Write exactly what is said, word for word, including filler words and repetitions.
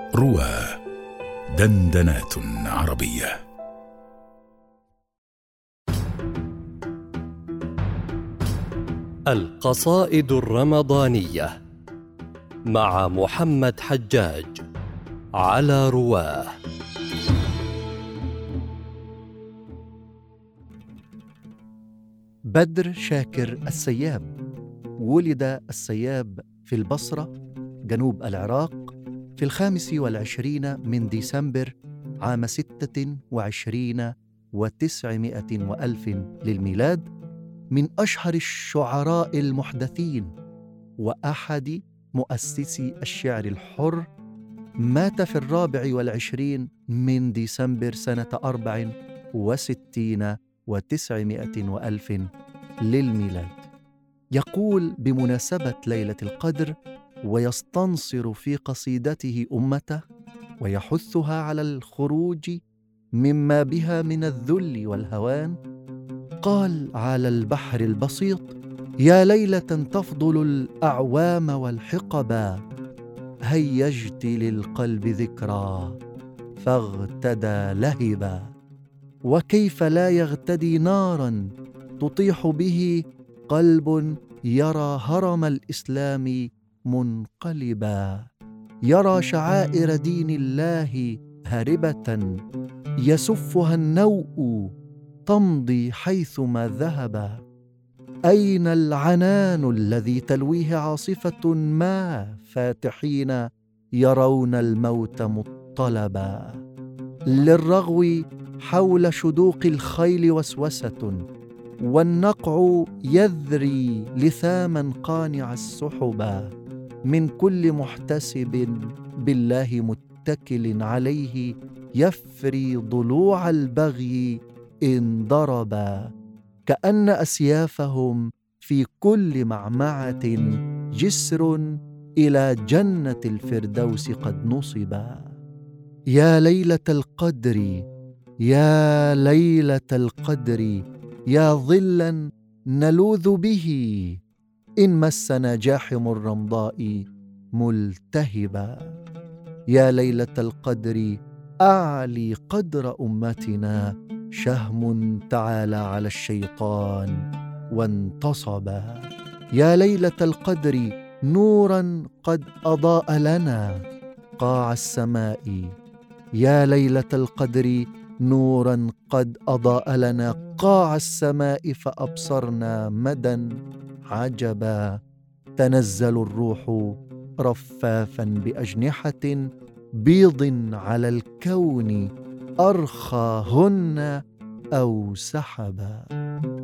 روى دندنات عربية. القصائد الرمضانية مع محمد حجاج على رواه. بدر شاكر السياب ولد السياب في البصرة جنوب العراق في الخامس والعشرين من ديسمبر عام ستة وعشرين وتسعمائة وألف للميلاد، من أشهر الشعراء المحدثين وأحد مؤسسي الشعر الحر. مات في الرابع والعشرين من ديسمبر سنة أربع وستين وتسعمائة وألف للميلاد. يقول بمناسبة ليلة القدر ويستنصر في قصيدته أمته ويحثها على الخروج مما بها من الذل والهوان. قال على البحر البسيط: يا ليلة تفضل الأعوام والحقبا، هيجت للقلب ذكرى فاغتدى لهبا، وكيف لا يغتدي نارا تطيح به قلب يرى هرم الإسلام منقلبا، يرى شعائر دين الله هاربة، يسفها النوء تمضي حيثما ذهبا. أين العنان الذي تلويه عاصفة ما، فاتحين يرون الموت مطلبا. للرغو حول شدوق الخيل وسوسة، والنقع يذري لثاما قانع السحبا، من كل محتسب بالله متكل عليه، يفري ضلوع البغي إن ضربا، كأن أسيافهم في كل معمعة جسر إلى جنة الفردوس قد نصبا. يا ليلة القدر، يا ليلة القدر، يا ظلا نلوذ به، إن مسنا جاحم الرمضاء ملتهبا. يا ليلة القدر، أعلي قدر أمتنا، شهم تعالى على الشيطان وانتصبا. يا ليلة القدر، نورا قد أضاء لنا قاع السماء، يا ليلة القدر، نورا قد أضاء لنا قاع السماء، فأبصرنا مدى عجبا. تنزل الروح رفافا بأجنحة بيض على الكون، أرخاهن أو سحبا.